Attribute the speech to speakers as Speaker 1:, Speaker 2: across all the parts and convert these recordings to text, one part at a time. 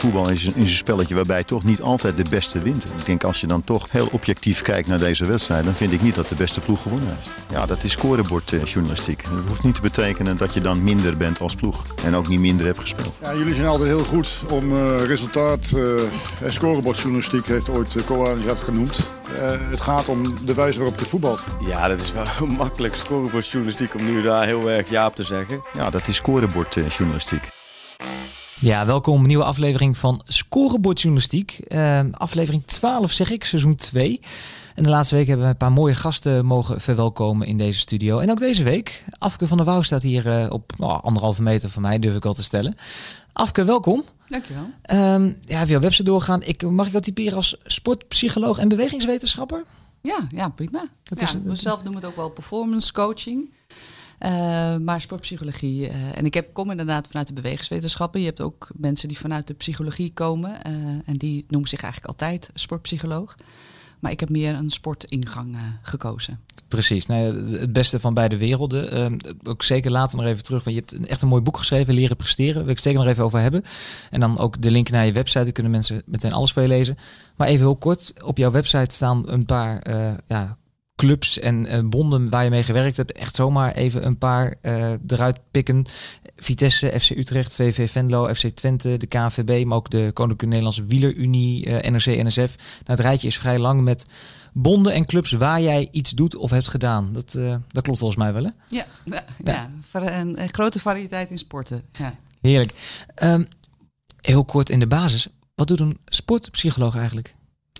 Speaker 1: voetbal is een spelletje waarbij toch niet altijd de beste wint. Ik denk als je dan toch heel objectief kijkt naar deze wedstrijd, dan vind ik niet dat de beste ploeg gewonnen heeft. Ja, dat is scorebordjournalistiek. Dat hoeft niet te betekenen dat je dan minder bent als ploeg en ook niet minder hebt gespeeld.
Speaker 2: Ja, jullie zijn altijd heel goed om resultaat en scorebordjournalistiek, heeft ooit Koolhaas dat genoemd. Het gaat om de wijze waarop je voetbalt.
Speaker 3: Ja, dat is wel makkelijk scorebordjournalistiek om nu daar heel erg ja op te zeggen.
Speaker 1: Ja, dat is scorebordjournalistiek.
Speaker 4: Ja, welkom. Een nieuwe aflevering van Scorebordjournalistiek. Aflevering 12 zeg ik, seizoen 2. En de laatste week hebben we een paar mooie gasten mogen verwelkomen in deze studio. En ook deze week. Afke van der Wouw staat hier op 1,5 meter van mij, durf ik al te stellen. Afke, welkom.
Speaker 5: Dankjewel.
Speaker 4: Even jouw website doorgaan. Mag ik jou typeren als sportpsycholoog en bewegingswetenschapper?
Speaker 5: Ja, prima. We zelf noemen het ook wel performance coaching. Maar sportpsychologie. En ik kom inderdaad vanuit de bewegingswetenschappen. Je hebt ook mensen die vanuit de psychologie komen. En die noemen zich eigenlijk altijd sportpsycholoog. Maar ik heb meer een sportingang gekozen.
Speaker 4: Precies. Het beste van beide werelden. Ook zeker later nog even terug. Want je hebt echt een mooi boek geschreven, Leren Presteren. Daar wil ik zeker nog even over hebben. En dan ook de link naar je website. Daar kunnen mensen meteen alles voor je lezen. Maar even heel kort. Op jouw website staan een paar clubs en bonden waar je mee gewerkt hebt. Echt zomaar even een paar eruit pikken. Vitesse, FC Utrecht, VV Venlo, FC Twente, de KNVB, maar ook de Koninklijke Nederlandse Wielerunie, NRC, NSF. Het rijtje is vrij lang met bonden en clubs waar jij iets doet of hebt gedaan. Dat klopt volgens mij wel, hè?
Speaker 5: Ja. Een grote variëteit in sporten. Ja.
Speaker 4: Heerlijk. Heel kort in de basis. Wat doet een sportpsycholoog eigenlijk?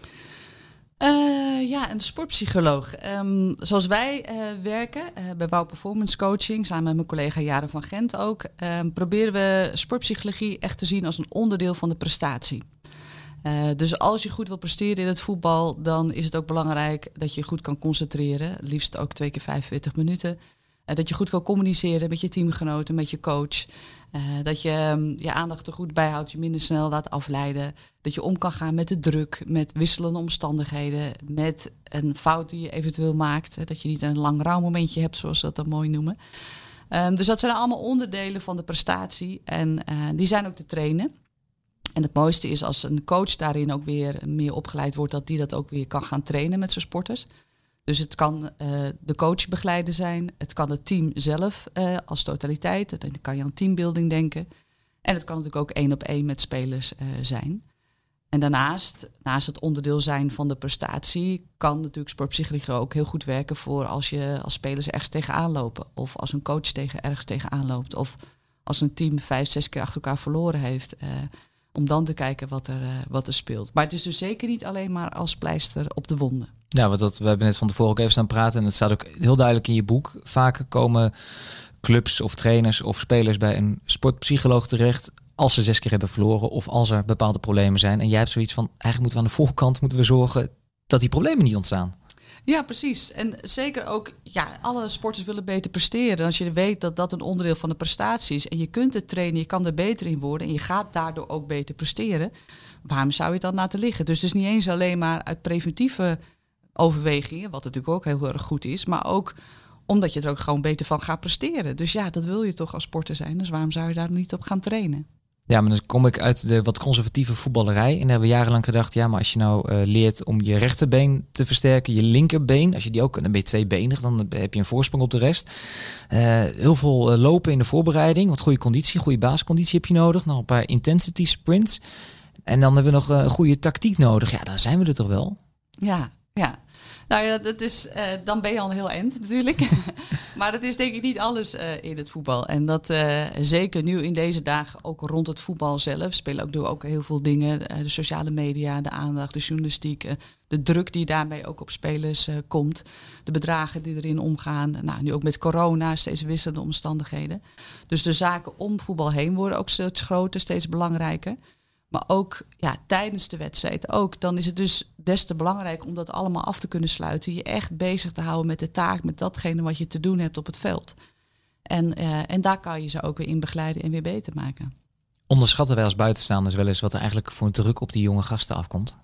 Speaker 5: Een sportpsycholoog. Zoals wij werken bij Wouw Performance Coaching, samen met mijn collega Jaren van Gent ook, proberen we sportpsychologie echt te zien als een onderdeel van de prestatie. Dus als je goed wil presteren in het voetbal, dan is het ook belangrijk dat je goed kan concentreren. Liefst ook 2 keer 45 minuten. Dat je goed kan communiceren met je teamgenoten, met je coach. Dat je je aandacht er goed bij houdt, je minder snel laat afleiden. Dat je om kan gaan met de druk, met wisselende omstandigheden, met een fout die je eventueel maakt. Dat je niet een lang rouwmomentje hebt, zoals ze dat dan mooi noemen. Dus dat zijn allemaal onderdelen van de prestatie en die zijn ook te trainen. En het mooiste is als een coach daarin ook weer meer opgeleid wordt, dat die dat ook weer kan gaan trainen met zijn sporters. Dus het kan de coach begeleider zijn. Het kan het team zelf als totaliteit. Dan kan je aan teambuilding denken. En het kan natuurlijk ook 1-op-1 met spelers zijn. En daarnaast, naast het onderdeel zijn van de prestatie, kan natuurlijk sportpsychologie ook heel goed werken voor als je als spelers ergens tegenaan lopen. Of als een coach ergens tegenaan loopt. Of als een team 5-6 keer achter elkaar verloren heeft. Om dan te kijken wat er speelt. Maar het is dus zeker niet alleen maar als pleister op de wonden.
Speaker 4: Ja, want we hebben net van tevoren ook even staan praten. En het staat ook heel duidelijk in je boek. Vaak komen clubs of trainers of spelers bij een sportpsycholoog terecht als ze 6 keer hebben verloren of als er bepaalde problemen zijn. En jij hebt zoiets van, eigenlijk moeten we aan de voorkant zorgen dat die problemen niet ontstaan.
Speaker 5: Ja, precies. En zeker ook, alle sporters willen beter presteren. Als je weet dat dat een onderdeel van de prestatie is en je kunt het trainen, je kan er beter in worden en je gaat daardoor ook beter presteren, waarom zou je het dan laten liggen? Dus het is niet eens alleen maar uit preventieve overwegingen, wat natuurlijk ook heel erg goed is, maar ook omdat je er ook gewoon beter van gaat presteren. Dus dat wil je toch als sporter zijn. Dus waarom zou je daar niet op gaan trainen? Ja,
Speaker 4: maar dan kom ik uit de wat conservatieve voetballerij. En daar hebben we jarenlang gedacht, maar als je nou leert om je rechterbeen te versterken, je linkerbeen, als je die ook, dan ben je tweebenig, dan heb je een voorsprong op de rest. Heel veel lopen in de voorbereiding, wat goede conditie, goede basisconditie heb je nodig. Nog een paar intensity sprints. En dan hebben we nog een goede tactiek nodig. Ja, dan zijn we er toch wel?
Speaker 5: Ja. Nou ja, dat is, dan ben je al een heel eind natuurlijk. Maar dat is denk ik niet alles in het voetbal. En dat zeker nu in deze dagen ook rond het voetbal zelf spelen ook heel veel dingen. De sociale media, de aandacht, de journalistiek, de druk die daarbij ook op spelers komt. De bedragen die erin omgaan. Nou, nu ook met corona, steeds wisselende omstandigheden. Dus de zaken om voetbal heen worden ook steeds groter, steeds belangrijker. Maar ook tijdens de wedstrijd ook. Dan is het dus des te belangrijk om dat allemaal af te kunnen sluiten. Je echt bezig te houden met de taak, met datgene wat je te doen hebt op het veld. En daar kan je ze ook weer in begeleiden en weer beter maken.
Speaker 4: Onderschatten wij als buitenstaanders wel eens wat er eigenlijk voor een druk op die jonge gasten afkomt?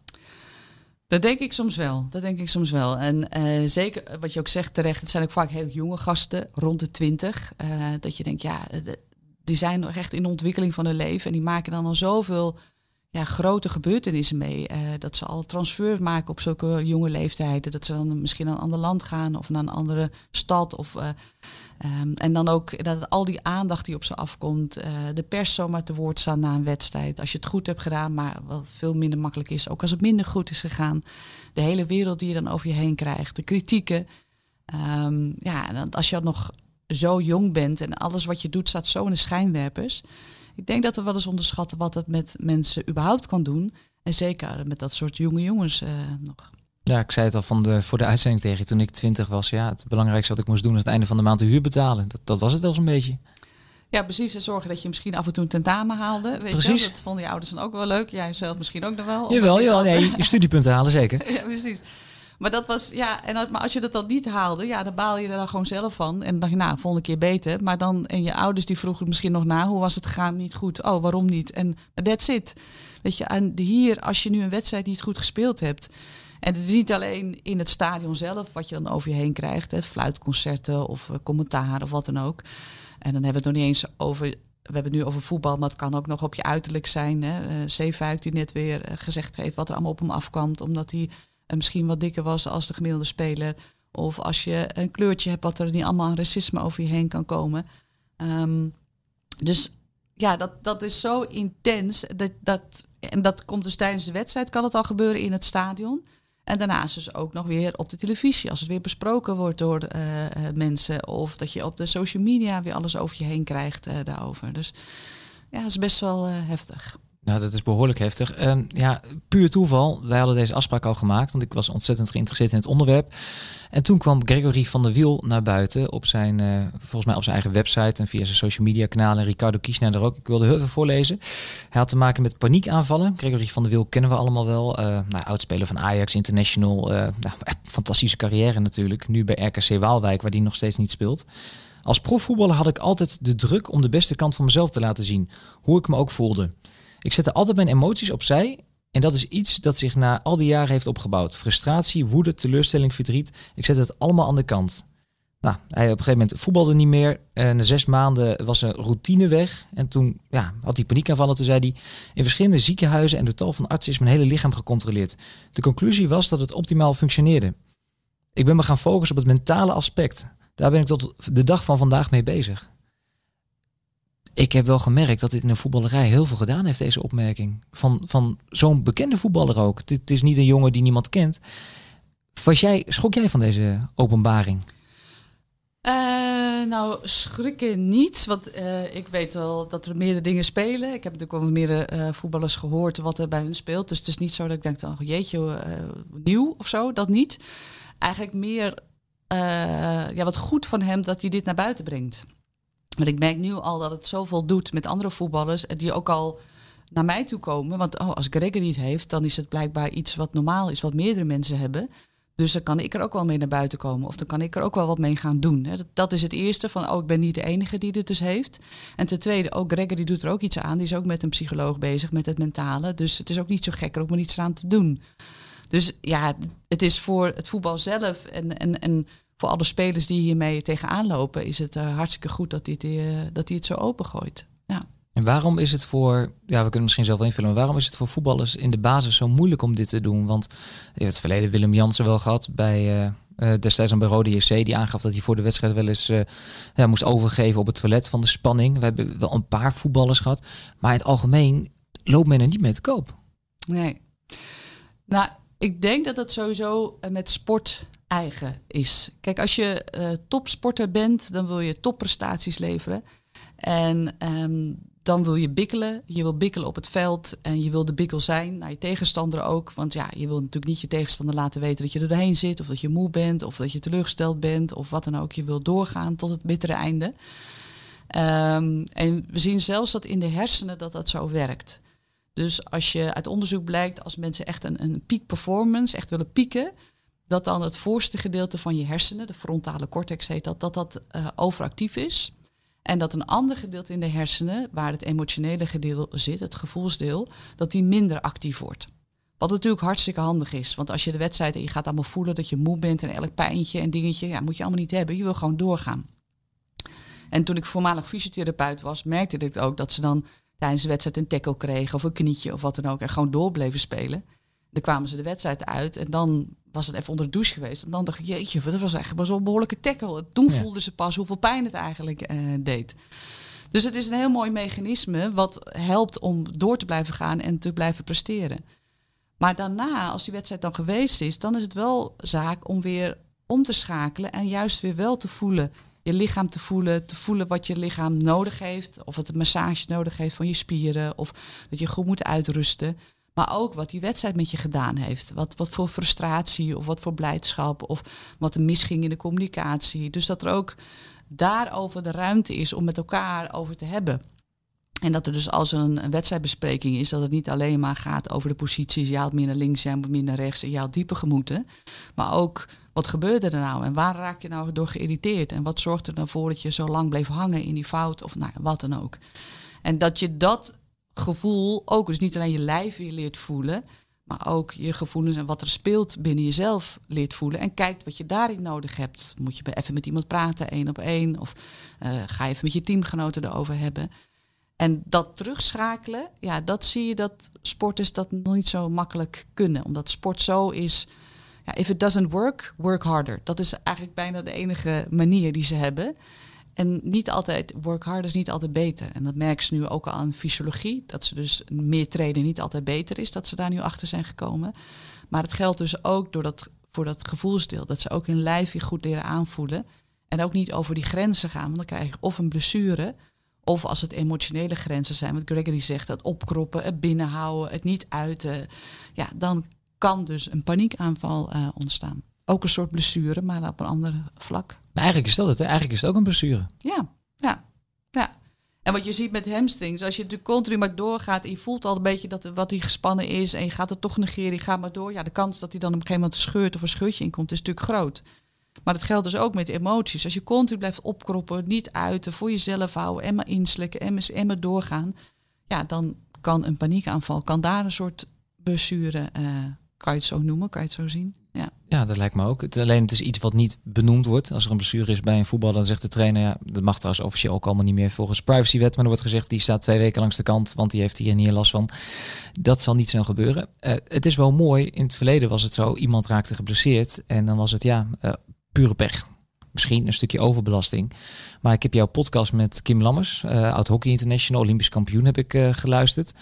Speaker 5: Dat denk ik soms wel. En zeker wat je ook zegt terecht, het zijn ook vaak heel jonge gasten, rond de 20. Dat je denkt, die zijn nog echt in de ontwikkeling van hun leven. En die maken dan al zoveel grote gebeurtenissen mee. Dat ze al transfer maken op zulke jonge leeftijden. Dat ze dan misschien naar een ander land gaan of naar een andere stad. En dan ook dat al die aandacht die op ze afkomt. De pers zomaar te woord staan na een wedstrijd. Als je het goed hebt gedaan, maar wat veel minder makkelijk is. Ook als het minder goed is gegaan. De hele wereld die je dan over je heen krijgt. De kritieken. Als je nog zo jong bent en alles wat je doet staat zo in de schijnwerpers. Ik denk dat we wel eens onderschatten wat het met mensen überhaupt kan doen. En zeker met dat soort jonge jongens nog.
Speaker 4: Ja, ik zei het al voor de uitzending tegen je toen ik 20 was. Ja, het belangrijkste wat ik moest doen is het einde van de maand de huur betalen. Dat was het wel zo'n beetje.
Speaker 5: Ja, precies. En zorgen dat je misschien af en toe een tentamen haalde. Weet je wel? Dat vonden je ouders dan ook wel leuk. Jij zelf misschien ook nog wel.
Speaker 4: Jawel. Nee, je studiepunten halen zeker.
Speaker 5: Ja, precies. Maar dat was, maar als je dat dan niet haalde, dan baal je er dan gewoon zelf van. En dan dacht je, volgende keer beter. Maar dan, en je ouders die vroegen misschien nog na, hoe was het gegaan? Niet goed. Oh, waarom niet? En that's it. Weet je, en hier, als je nu een wedstrijd niet goed gespeeld hebt. En het is niet alleen in het stadion zelf wat je dan over je heen krijgt. Fluitconcerten of commentaar of wat dan ook. En dan hebben we het nog niet eens over. We hebben het nu over voetbal, maar het kan ook nog op je uiterlijk zijn. Zeefuik die net weer gezegd heeft wat er allemaal op hem afkwam. Omdat hij misschien wat dikker was als de gemiddelde speler. Of als je een kleurtje hebt wat er niet allemaal aan racisme over je heen kan komen. Dus dat is zo intens. En dat komt dus tijdens de wedstrijd, kan het al gebeuren in het stadion. En daarnaast dus ook nog weer op de televisie. Als het weer besproken wordt door mensen. Of dat je op de social media weer alles over je heen krijgt daarover. Dus dat is best wel heftig.
Speaker 4: Nou, dat is behoorlijk heftig. Puur toeval. Wij hadden deze afspraak al gemaakt, want ik was ontzettend geïnteresseerd in het onderwerp. En toen kwam Gregory van der Wiel naar buiten op zijn, volgens mij op zijn eigen website en via zijn social media kanalen. Ricardo Kiesner ook. Ik wilde heel even voorlezen. Hij had te maken met paniekaanvallen. Gregory van der Wiel kennen we allemaal wel. Oudspeler van Ajax, International. Fantastische carrière natuurlijk. Nu bij RKC Waalwijk, waar hij nog steeds niet speelt. Als profvoetballer had ik altijd de druk om de beste kant van mezelf te laten zien. Hoe ik me ook voelde. Ik zette altijd mijn emoties opzij en dat is iets dat zich na al die jaren heeft opgebouwd. Frustratie, woede, teleurstelling, verdriet. Ik zette het allemaal aan de kant. Nou, hij op een gegeven moment voetbalde niet meer. Na 6 maanden was zijn routine weg. En toen had hij paniekaanvallen. Toen zei hij, in verschillende ziekenhuizen en door tal van artsen is mijn hele lichaam gecontroleerd. De conclusie was dat het optimaal functioneerde. Ik ben me gaan focussen op het mentale aspect. Daar ben ik tot de dag van vandaag mee bezig. Ik heb wel gemerkt dat dit in de voetballerij heel veel gedaan heeft, deze opmerking. Van zo'n bekende voetballer ook. Het is niet een jongen die niemand kent. Schrok jij van deze openbaring?
Speaker 5: Schrikken niet. Want ik weet wel dat er meerdere dingen spelen. Ik heb natuurlijk wel meerdere voetballers gehoord wat er bij hun speelt. Dus het is niet zo dat ik denk, nieuw of zo. Dat niet. Eigenlijk meer wat goed van hem dat hij dit naar buiten brengt. Want ik merk nu al dat het zoveel doet met andere voetballers die ook al naar mij toe komen. Want als Gregory het heeft, dan is het blijkbaar iets wat normaal is, wat meerdere mensen hebben. Dus dan kan ik er ook wel mee naar buiten komen. Of dan kan ik er ook wel wat mee gaan doen. Dat is het eerste van, ik ben niet de enige die dit dus heeft. En ten tweede, ook Gregory doet er ook iets aan. Die is ook met een psycholoog bezig, met het mentale. Dus het is ook niet zo gek er ook maar iets aan te doen. Dus het is voor het voetbal zelf en voor alle spelers die hiermee tegenaan lopen, is het hartstikke goed dat hij het zo opengooit. Ja.
Speaker 4: En waarom is het we kunnen misschien zelf invullen, maar waarom is het voor voetballers in de basis zo moeilijk om dit te doen? Want je hebt het verleden Willem Jansen wel gehad bij destijds bij Rode JC, die aangaf dat hij voor de wedstrijd wel eens moest overgeven op het toilet van de spanning. We hebben wel een paar voetballers gehad, maar in het algemeen loopt men er niet mee te koop.
Speaker 5: Nee. Nou, ik denk dat het sowieso met sport eigen is. Kijk, als je topsporter bent, dan wil je topprestaties leveren. En dan wil je bikkelen. Je wil bikkelen op het veld en je wil de bikkel zijn. Nou, je tegenstander ook. Want je wil natuurlijk niet je tegenstander laten weten dat je er doorheen zit. Of dat je moe bent. Of dat je teleurgesteld bent. Of wat dan ook. Je wil doorgaan tot het bittere einde. En we zien zelfs dat in de hersenen dat zo werkt. Dus als je uit onderzoek blijkt, als mensen echt een peak performance, echt willen pieken, dat dan het voorste gedeelte van je hersenen, de frontale cortex heet dat overactief is. En dat een ander gedeelte in de hersenen, waar het emotionele gedeelte zit, het gevoelsdeel, dat die minder actief wordt. Wat natuurlijk hartstikke handig is. Want als je de wedstrijd en je gaat allemaal voelen dat je moe bent en elk pijntje en dingetje, moet je allemaal niet hebben. Je wil gewoon doorgaan. En toen ik voormalig fysiotherapeut was, merkte ik ook dat ze dan tijdens de wedstrijd een tackle kregen of een knietje of wat dan ook. En gewoon door bleven spelen. Dan kwamen ze de wedstrijd uit en dan was het even onder de douche geweest. En dan dacht ik, jeetje, dat was eigenlijk wel een behoorlijke tackle. Toen voelden ze pas hoeveel pijn het eigenlijk deed. Dus het is een heel mooi mechanisme wat helpt om door te blijven gaan en te blijven presteren. Maar daarna, als die wedstrijd dan geweest is, dan is het wel zaak om weer om te schakelen en juist weer wel te voelen. Je lichaam te voelen wat je lichaam nodig heeft. Of het een massage nodig heeft van je spieren. Of dat je goed moet uitrusten. Maar ook wat die wedstrijd met je gedaan heeft. Wat voor frustratie of wat voor blijdschap. Of wat er misging in de communicatie. Dus dat er ook daarover de ruimte is om met elkaar over te hebben. En dat er dus als er een wedstrijdbespreking is, dat het niet alleen maar gaat over de posities. Je haalt meer naar links, jij moet meer naar rechts en je haalt diepe gemoeten. Maar ook, wat gebeurde er nou? En waar raak je nou door geïrriteerd? En wat zorgt er dan voor dat je zo lang bleef hangen in die fout? Of nou, wat dan ook. En dat je dat gevoel ook, dus niet alleen je lijf weer leert voelen, maar ook je gevoelens en wat er speelt binnen jezelf leert voelen. En kijkt wat je daarin nodig hebt. Moet je even met iemand praten, 1 op 1? Of ga je even met je teamgenoten erover hebben? En dat terugschakelen, ja, dat zie je dat sporters dat nog niet zo makkelijk kunnen. Omdat sport zo is, ja, if it doesn't work, work harder. Dat is eigenlijk bijna de enige manier die ze hebben. En niet altijd, work harder is niet altijd beter. En dat merken ze nu ook al aan fysiologie. Dat ze dus meer trainen niet altijd beter is. Dat ze daar nu achter zijn gekomen. Maar het geldt dus ook voor dat gevoelsdeel. Dat ze ook hun lijf weer goed leren aanvoelen. En ook niet over die grenzen gaan. Want dan krijg je of een blessure. Of als het emotionele grenzen zijn. Wat Gregory zegt, het opkroppen, het binnenhouden, het niet uiten. Ja, dan kan dus een paniekaanval ontstaan. Ook een soort blessure, maar op een ander vlak.
Speaker 4: Nou, eigenlijk is dat het. Hè? Eigenlijk is het ook een blessure.
Speaker 5: Ja. En wat je ziet met hamstrings, als je natuurlijk continu maar doorgaat en je voelt al een beetje dat wat die gespannen is en je gaat het toch negeren, je gaat maar door. Ja, de kans dat hij dan op een gegeven moment scheurt of een scheurtje inkomt is natuurlijk groot. Maar dat geldt dus ook met emoties. Als je continu blijft opkroppen, niet uiten, voor jezelf houden en maar inslikken en maar doorgaan. Ja, dan kan een paniekaanval, kan daar een soort blessure, kan je het zo noemen, kan je het zo zien?
Speaker 4: Ja, dat lijkt me ook. Alleen het is iets wat niet benoemd wordt. Als er een blessure is bij een voetbal, dan zegt de trainer, ja, dat mag trouwens officieel ook allemaal niet meer volgens privacywet, maar er wordt gezegd, die staat 2 weken langs de kant, want die heeft hier en hier last van. Dat zal niet snel gebeuren. Het is wel mooi, in het verleden was het zo, iemand raakte geblesseerd en dan was het pure pech. Misschien een stukje overbelasting. Maar ik heb jouw podcast met Kim Lammers, oud hockey international, Olympisch kampioen, heb ik geluisterd.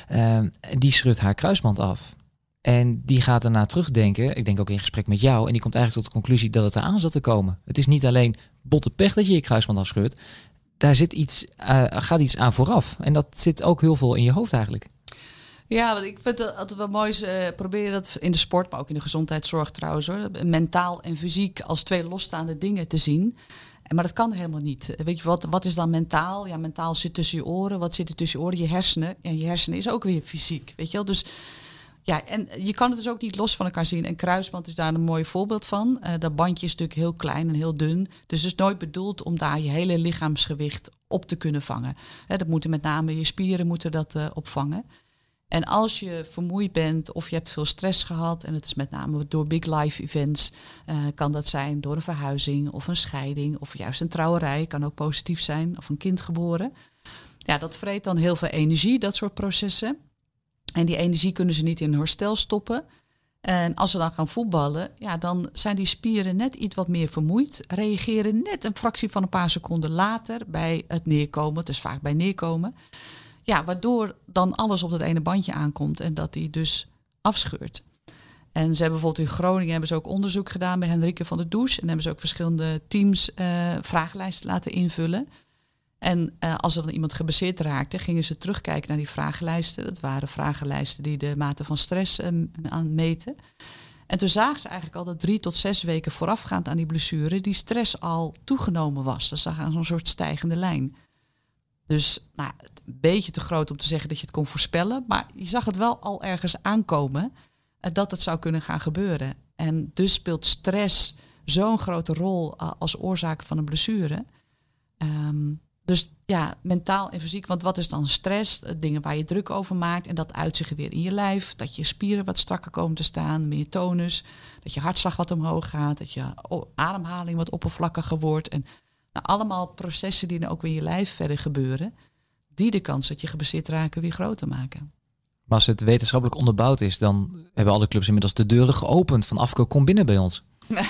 Speaker 4: Die schudt haar kruisband af. En die gaat daarna terugdenken, ik denk ook in gesprek met jou, en die komt eigenlijk tot de conclusie dat het eraan zat te komen. Het is niet alleen botte pech dat je je kruisband afscheurt. Daar zit gaat iets aan vooraf. En dat zit ook heel veel in je hoofd eigenlijk. Ja,
Speaker 5: want ik vind dat het wel mooi is, proberen dat in de sport, maar ook in de gezondheidszorg trouwens hoor, mentaal en fysiek als 2 losstaande dingen te zien. Maar dat kan helemaal niet. Weet je wat is dan mentaal? Ja, mentaal zit tussen je oren. Wat zit er tussen je oren? Je hersenen. En je hersenen is ook weer fysiek. Weet je wel? Dus ja, en je kan het dus ook niet los van elkaar zien. En kruisband is daar een mooi voorbeeld van. Dat bandje is natuurlijk heel klein en heel dun. Dus het is nooit bedoeld om daar je hele lichaamsgewicht op te kunnen vangen. Dat moeten met name je spieren moeten dat opvangen. En als je vermoeid bent of je hebt veel stress gehad, en het is met name door big life events, kan dat zijn door een verhuizing of een scheiding of juist een trouwerij, kan ook positief zijn, of een kind geboren. Ja, dat vreet dan heel veel energie, dat soort processen. En die energie kunnen ze niet in herstel stoppen. En als ze dan gaan voetballen, ja, dan zijn die spieren net iets wat meer vermoeid. Reageren net een fractie van een paar seconden later bij het neerkomen. Het is vaak bij neerkomen. Ja, waardoor dan alles op dat ene bandje aankomt en dat die dus afscheurt. En ze hebben bijvoorbeeld in Groningen hebben ze ook onderzoek gedaan bij Henrike van der Does. En hebben ze ook verschillende teams vragenlijsten laten invullen. En als er dan iemand geblesseerd raakte, gingen ze terugkijken naar die vragenlijsten. Dat waren vragenlijsten die de mate van stress aan meten. En toen zagen ze eigenlijk al dat 3 tot 6 weken voorafgaand aan die blessure die stress al toegenomen was. Dat zag aan zo'n soort stijgende lijn. Dus een beetje te groot om te zeggen dat je het kon voorspellen. Maar je zag het wel al ergens aankomen dat het zou kunnen gaan gebeuren. En dus speelt stress zo'n grote rol als oorzaak van een blessure. Dus ja, mentaal en fysiek. Want wat is dan stress? Dingen waar je druk over maakt. En dat uit zich weer in je lijf. Dat je spieren wat strakker komen te staan. Meer tonus. Dat je hartslag wat omhoog gaat. Dat je ademhaling wat oppervlakkiger wordt. En allemaal processen die dan ook weer in je lijf verder gebeuren. die de kans dat je geblesseerd raken weer groter maken.
Speaker 4: Maar als het wetenschappelijk onderbouwd is, dan hebben alle clubs inmiddels de deuren geopend. Van Afco, kom binnen bij ons.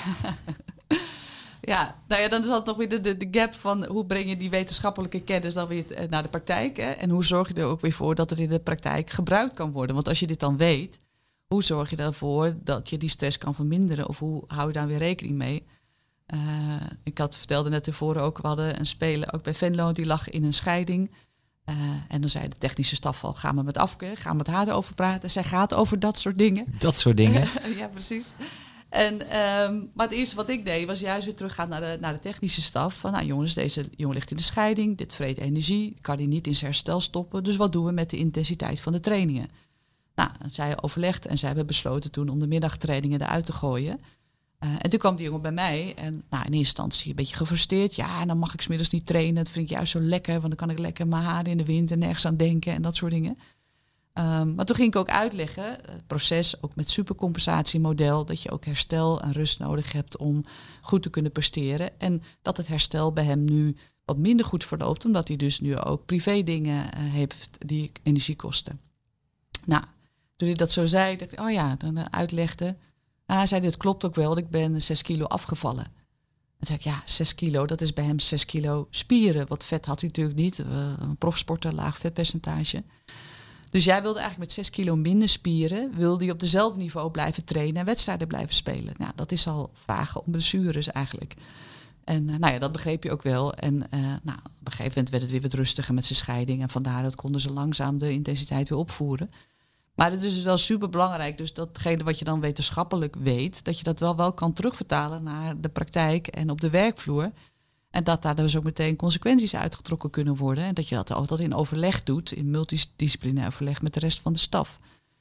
Speaker 5: Ja, nou ja, dan is dat nog weer de gap van hoe breng je die wetenschappelijke kennis dan weer naar de praktijk. Hè? En hoe zorg je er ook weer voor dat het in de praktijk gebruikt kan worden. Want als je dit dan weet, hoe zorg je ervoor dat je die stress kan verminderen? Of hoe hou je daar weer rekening mee? Ik vertelde net tevoren ook, we hadden een speler ook bij Venlo, die lag in een scheiding. En dan zei de technische staf al, ga maar met Afke, ga met haar erover praten. Zij gaat over dat soort dingen.
Speaker 4: Dat soort dingen?
Speaker 5: Ja, precies. Maar het eerste wat ik deed was juist weer teruggaan naar de technische staf. Van, nou jongens, deze jongen ligt in de scheiding. Dit vreet energie. Kan die niet in zijn herstel stoppen. Dus wat doen we met de intensiteit van de trainingen? Nou, zij overlegd en zij hebben besloten toen om de middagtrainingen eruit te gooien. En toen kwam die jongen bij mij. En in eerste instantie een beetje gefrustreerd. Ja, dan mag ik 's middags niet trainen. Dat vind ik juist zo lekker. Want dan kan ik lekker mijn haren in de wind en nergens aan denken. En dat soort dingen. Maar toen ging ik ook uitleggen, het proces ook met supercompensatiemodel, dat je ook herstel en rust nodig hebt om goed te kunnen presteren. En dat het herstel bij hem nu wat minder goed verloopt, omdat hij dus nu ook privé dingen heeft die energie kosten. Nou, toen hij dat zo zei, dacht ik, oh ja, dan uitlegde. Hij zei, dit klopt ook wel, ik ben 6 kilo afgevallen. En zei ik, ja, 6 kilo, dat is bij hem 6 kilo spieren. Wat vet had hij natuurlijk niet, een profsporter, laag vetpercentage. Dus jij wilde eigenlijk met 6 kilo minder spieren, wilde je op dezelfde niveau blijven trainen en wedstrijden blijven spelen. Nou, dat is al vragen om blessures eigenlijk. En dat begreep je ook wel. En op een gegeven moment werd het weer wat rustiger met zijn scheiding. En vandaar dat konden ze langzaam de intensiteit weer opvoeren. Maar het is dus wel super belangrijk. Dus datgene wat je dan wetenschappelijk weet, dat je dat wel kan terugvertalen naar de praktijk en op de werkvloer. En dat daar dus ook meteen consequenties uitgetrokken kunnen worden. En dat je dat altijd in overleg doet, in multidisciplinair overleg met de rest van de staf.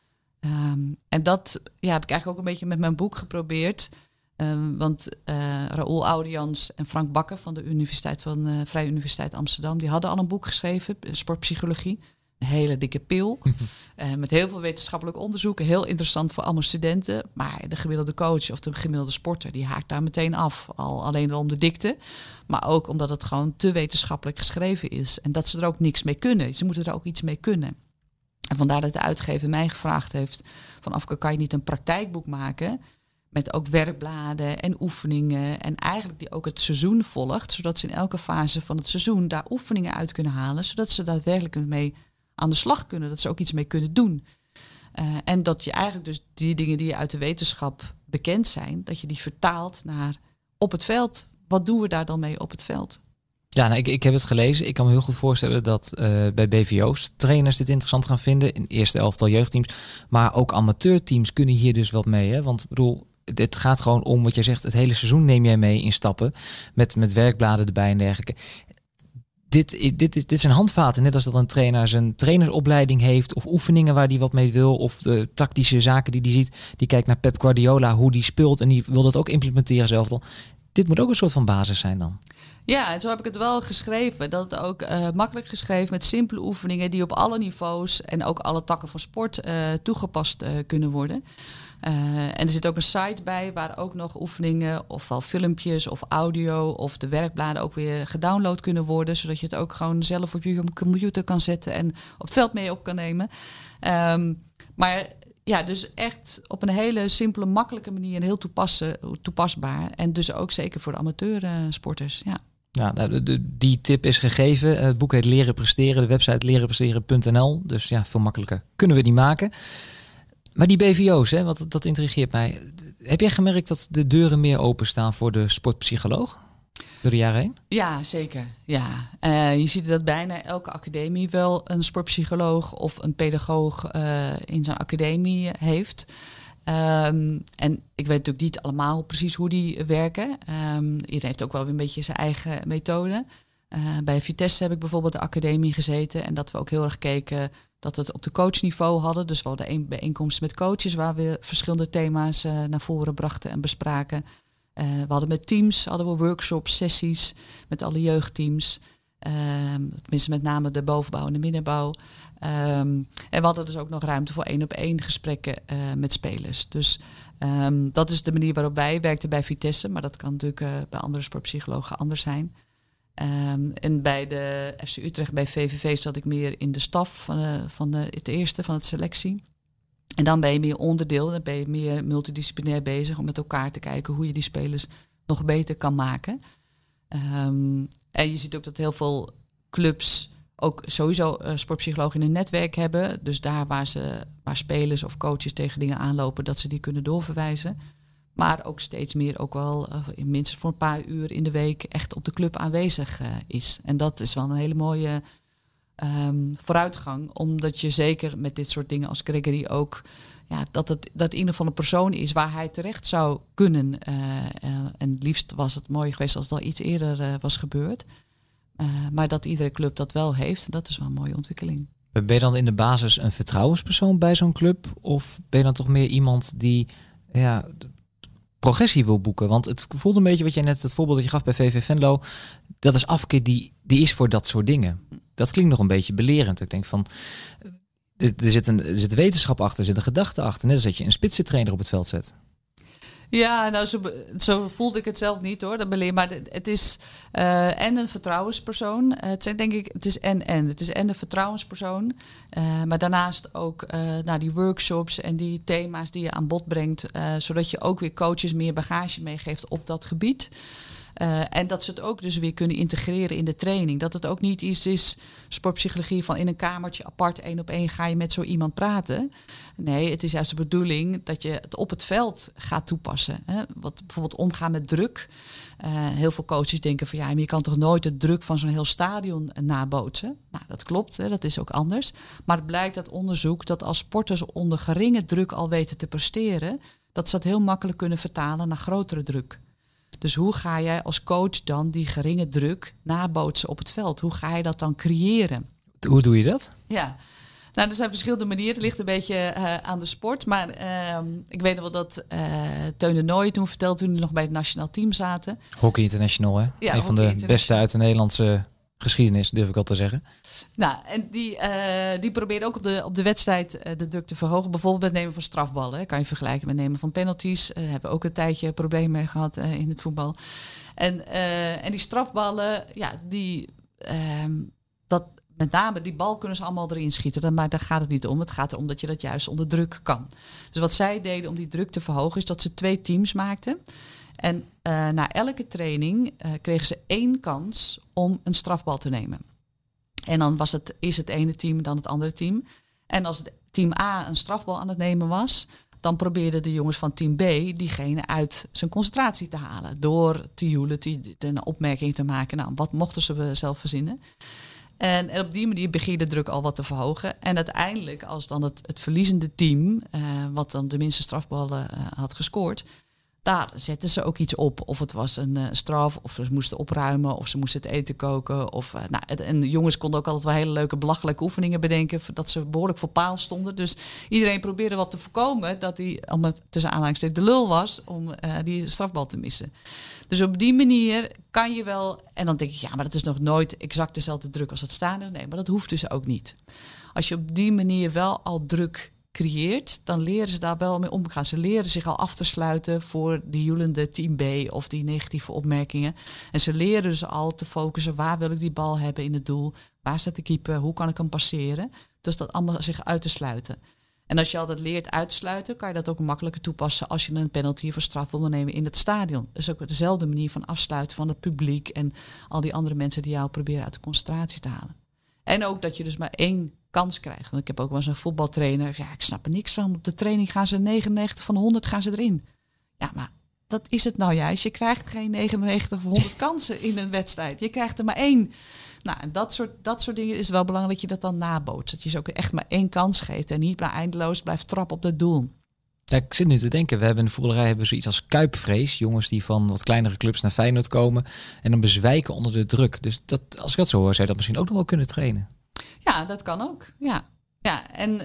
Speaker 5: En dat heb ik eigenlijk ook een beetje met mijn boek geprobeerd. Want Raoul Audians en Frank Bakker van de Vrije Universiteit Amsterdam, die hadden al een boek geschreven, Sportpsychologie. Een hele dikke pil. Met heel veel wetenschappelijk onderzoek. Heel interessant voor allemaal studenten. Maar de gemiddelde coach of de gemiddelde sporter, die haakt daar meteen af. Alleen al om de dikte. Maar ook omdat het gewoon te wetenschappelijk geschreven is. En dat ze er ook niks mee kunnen. Ze moeten er ook iets mee kunnen. En vandaar dat de uitgever mij gevraagd heeft, van Afke, kan je niet een praktijkboek maken met ook werkbladen en oefeningen. En eigenlijk die ook het seizoen volgt. Zodat ze in elke fase van het seizoen daar oefeningen uit kunnen halen. Zodat ze daadwerkelijk mee aan de slag kunnen, dat ze ook iets mee kunnen doen. En dat je eigenlijk dus die dingen die uit de wetenschap bekend zijn, dat je die vertaalt naar op het veld. Wat doen we daar dan mee op het veld?
Speaker 4: Ja, ik heb het gelezen. Ik kan me heel goed voorstellen dat bij BVO's trainers dit interessant gaan vinden. In eerste elftal jeugdteams. Maar ook amateurteams kunnen hier dus wat mee. Hè? Want ik bedoel, het gaat gewoon om wat jij zegt. Het hele seizoen neem jij mee in stappen. Met werkbladen erbij en dergelijke. Dit zijn handvaten, net als dat een trainer zijn trainersopleiding heeft of oefeningen waar hij wat mee wil of de tactische zaken die hij ziet. Die kijkt naar Pep Guardiola, hoe die speelt en die wil dat ook implementeren zelf dan. Dit moet ook een soort van basis zijn dan. Ja,
Speaker 5: en zo heb ik het wel geschreven. Dat het ook makkelijk geschreven met simpele oefeningen die op alle niveaus en ook alle takken van sport toegepast kunnen worden. En er zit ook een site bij waar ook nog oefeningen, ofwel filmpjes of audio of de werkbladen ook weer gedownload kunnen worden. Zodat je het ook gewoon zelf op je computer kan zetten en op het veld mee op kan nemen. Maar ja, dus echt op een hele simpele, makkelijke manier en heel toepasbaar. En dus ook zeker voor de amateursporters, ja.
Speaker 4: Ja, die tip is gegeven. Het boek heet Leren Presteren. De website lerenpresteren.nl. Dus ja, veel makkelijker kunnen we die maken. Maar die BVO's, hè, dat intrigeert mij. Heb jij gemerkt dat de deuren meer openstaan voor de sportpsycholoog door de jaren heen? Ja, zeker. Ja. Je ziet dat bijna elke academie wel een sportpsycholoog of een pedagoog in zijn academie heeft. En ik weet natuurlijk niet allemaal precies hoe die werken. Iedereen heeft ook wel weer een beetje zijn eigen methode. Bij Vitesse heb ik bijvoorbeeld de academie gezeten. En dat we ook heel erg keken dat we het op de coachniveau hadden. Dus we hadden een bijeenkomst met coaches waar we verschillende thema's naar voren brachten en bespraken. We hadden met teams we workshops, sessies met alle jeugdteams. Tenminste met name de bovenbouw en de middenbouw. En we hadden dus ook nog ruimte voor 1-op-1 gesprekken met spelers. Dus dat is de manier waarop wij werkten bij Vitesse. Maar dat kan natuurlijk bij andere sportpsychologen anders zijn.
Speaker 5: En bij de FC Utrecht, bij VVV, zat ik meer in de staf van het eerste, van het selectie. En dan ben je meer onderdeel, dan ben je meer multidisciplinair bezig om met elkaar te kijken hoe je die spelers nog beter kan maken. En je ziet ook dat heel veel clubs ook sowieso sportpsychologen in een netwerk hebben. Dus daar waar spelers of coaches tegen dingen aanlopen, dat ze die kunnen doorverwijzen. Maar ook steeds meer, ook wel minstens voor een paar uur in de week, echt op de club aanwezig is. En dat is wel een hele mooie vooruitgang. Omdat je zeker met dit soort dingen als Gregory ook, dat in ieder geval een persoon is waar hij terecht zou kunnen. En het liefst was het mooi geweest als het al iets eerder was gebeurd. Maar dat iedere club dat wel heeft, dat is wel een mooie ontwikkeling.
Speaker 4: Ben je dan in de basis een vertrouwenspersoon bij zo'n club? Of ben je dan toch meer iemand die progressie wil boeken? Want het voelt een beetje wat jij net, het voorbeeld dat je gaf bij VV Venlo, dat is afkeer die is voor dat soort dingen. Dat klinkt nog een beetje belerend. Ik denk van, er zit wetenschap achter, er zit een gedachte achter. Net als dat je een spitsentrainer op het veld zet.
Speaker 5: Ja, nou zo voelde ik het zelf niet hoor. Maar het is en een vertrouwenspersoon. Het is en een vertrouwenspersoon. Maar daarnaast ook die workshops en die thema's die je aan bod brengt. Zodat je ook weer coaches meer bagage meegeeft op dat gebied. En dat ze het ook dus weer kunnen integreren in de training. Dat het ook niet iets is, sportpsychologie, van in een kamertje apart 1-op-1 ga je met zo iemand praten. Nee, het is juist de bedoeling dat je het op het veld gaat toepassen. Hè? Wat bijvoorbeeld omgaan met druk. Heel veel coaches denken van maar je kan toch nooit de druk van zo'n heel stadion nabootsen. Nou, dat klopt, hè? Dat is ook anders. Maar het blijkt uit onderzoek dat als sporters onder geringe druk al weten te presteren, dat ze dat heel makkelijk kunnen vertalen naar grotere druk. Dus hoe ga jij als coach dan die geringe druk nabootsen op het veld? Hoe ga je dat dan creëren?
Speaker 4: Hoe doe je dat?
Speaker 5: Ja, nou, er zijn verschillende manieren. Het ligt een beetje aan de sport. Maar ik weet nog wel dat Teun de Nooijen toen vertelde, toen we nog bij het nationaal team zaten.
Speaker 4: Hockey International, hè?
Speaker 5: Ja,
Speaker 4: een van de beste uit de Nederlandse geschiedenis, durf ik al te zeggen.
Speaker 5: Nou, en die probeert ook op de wedstrijd de druk te verhogen. Bijvoorbeeld met het nemen van strafballen. Kan je vergelijken met het nemen van penalties. Hebben we ook een tijdje problemen mee gehad in het voetbal. En die strafballen, met name die bal kunnen ze allemaal erin schieten. Maar daar gaat het niet om. Het gaat erom dat je dat juist onder druk kan. Dus wat zij deden om die druk te verhogen, is dat ze 2 teams maakten. En na elke training kregen ze 1 kans om een strafbal te nemen. En dan was het eerst het ene team, dan het andere team. En als het team A een strafbal aan het nemen was, dan probeerden de jongens van team B diegene uit zijn concentratie te halen. Door te joelen, een opmerking te maken. Nou, wat mochten ze zelf verzinnen? En op die manier begin je de druk al wat te verhogen. En uiteindelijk, als dan het verliezende team, wat dan de minste strafballen had gescoord, daar zetten ze ook iets op. Of het was een straf, of ze moesten opruimen, of ze moesten het eten koken. En de jongens konden ook altijd wel hele leuke belachelijke oefeningen bedenken, dat ze behoorlijk voor paal stonden. Dus iedereen probeerde wat te voorkomen dat hij, om het tussen aanhalingstekens de lul was, om die strafbal te missen. Dus op die manier kan je wel, en dan denk ik, maar dat is nog nooit exact dezelfde druk als het stadion. Nee, maar dat hoeft dus ook niet. Als je op die manier wel al druk creëert, dan leren ze daar wel mee omgaan. Ze leren zich al af te sluiten voor die joelende team B of die negatieve opmerkingen. En ze leren dus al te focussen, waar wil ik die bal hebben in het doel? Waar staat de keeper? Hoe kan ik hem passeren? Dus dat allemaal zich uit te sluiten. En als je al dat leert uitsluiten, kan je dat ook makkelijker toepassen als je een penalty of een straf wil nemen in het stadion. Dus ook dezelfde manier van afsluiten van het publiek en al die andere mensen die jou proberen uit de concentratie te halen. En ook dat je dus maar 1 kans krijgt. Want ik heb ook wel eens een voetbaltrainer. Ik snap er niks van. Op de training gaan ze 99 van 100 gaan ze erin. Ja, maar dat is het nou juist. Je krijgt geen 99 of 100 kansen in een wedstrijd. Je krijgt er maar 1. Nou, en dat soort dingen is wel belangrijk dat je dat dan nabootst. Dat je ze ook echt maar 1 kans geeft en niet maar eindeloos blijft trappen op dat doel.
Speaker 4: Ja, ik zit nu te denken, we hebben in de voetballerij zoiets als kuipvrees. Jongens die van wat kleinere clubs naar Feyenoord komen en dan bezwijken onder de druk. Dus dat, als ik dat zo hoor, zou je dat misschien ook nog wel kunnen trainen.
Speaker 5: Ja, dat kan ook. Ja. En